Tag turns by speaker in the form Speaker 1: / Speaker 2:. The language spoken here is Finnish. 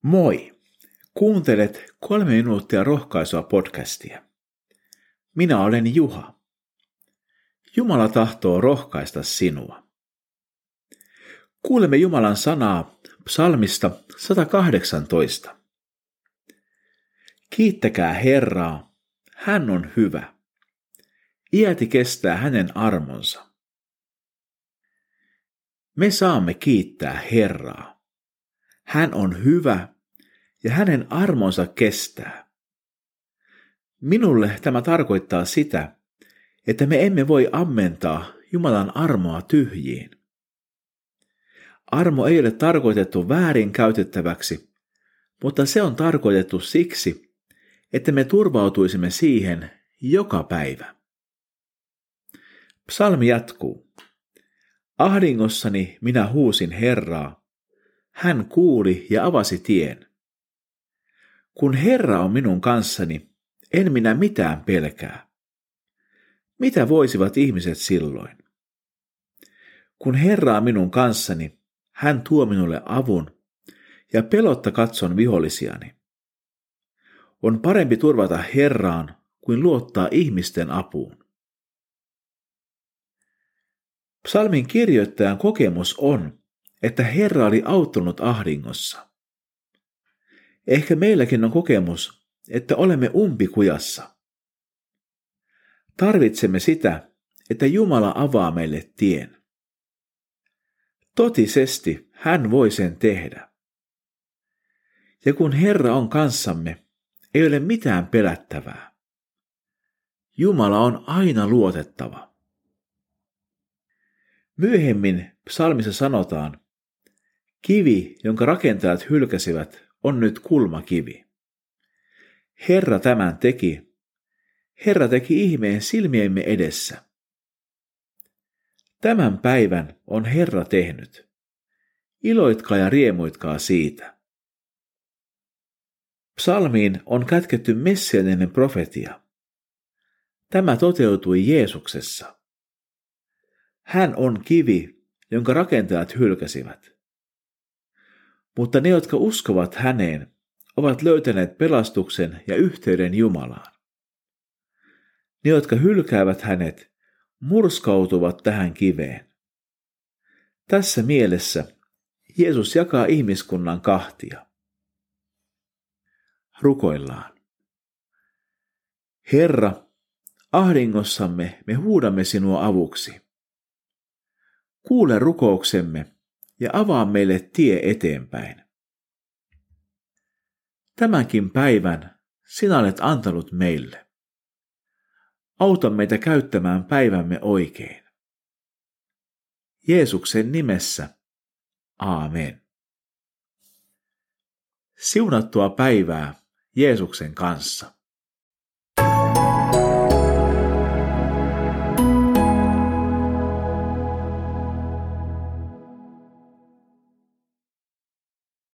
Speaker 1: Moi! Kuuntelet 3 minuuttia rohkaisua podcastia. Minä olen Juha. Jumala tahtoo rohkaista sinua. Kuulemme Jumalan sanaa psalmista 118. Kiittäkää Herraa, hän on hyvä. Iäti kestää hänen armonsa. Me saamme kiittää Herraa. Hän on hyvä ja hänen armonsa kestää. Minulle tämä tarkoittaa sitä, että me emme voi ammentaa Jumalan armoa tyhjiin. Armo ei ole tarkoitettu väärin käytettäväksi, mutta se on tarkoitettu siksi, että me turvautuisimme siihen joka päivä. Psalmi jatkuu. Ahdingossani minä huusin Herraa. Hän kuuli ja avasi tien. Kun Herra on minun kanssani, en minä mitään pelkää. Mitä voisivat ihmiset silloin? Kun Herra on minun kanssani, hän tuo minulle avun ja pelotta katson vihollisiani. On parempi turvata Herraan kuin luottaa ihmisten apuun. Psalmin kirjoittajan kokemus on, että Herra oli auttanut ahdingossa. Ehkä meilläkin on kokemus, että olemme umpikujassa. Tarvitsemme sitä, että Jumala avaa meille tien. Totisesti hän voi sen tehdä. Ja kun Herra on kanssamme, ei ole mitään pelättävää. Jumala on aina luotettava. Myöhemmin psalmissa sanotaan, kivi, jonka rakentajat hylkäsivät, on nyt kulmakivi. Herra tämän teki. Herra teki ihmeen silmiemme edessä. Tämän päivän on Herra tehnyt. Iloitkaa ja riemuitkaa siitä. Psalmiin on kätketty messianinen profetia. Tämä toteutui Jeesuksessa. Hän on kivi, jonka rakentajat hylkäsivät. Mutta ne, jotka uskovat häneen, ovat löytäneet pelastuksen ja yhteyden Jumalaan. Ne, jotka hylkäävät hänet, murskautuvat tähän kiveen. Tässä mielessä Jeesus jakaa ihmiskunnan kahtia. Rukoillaan. Herra, ahdingossamme me huudamme sinua avuksi. Kuule rukouksemme ja avaa meille tie eteenpäin. Tämänkin päivän sinä olet antanut meille. Auta meitä käyttämään päivämme oikein. Jeesuksen nimessä. Aamen. Siunattua päivää Jeesuksen kanssa.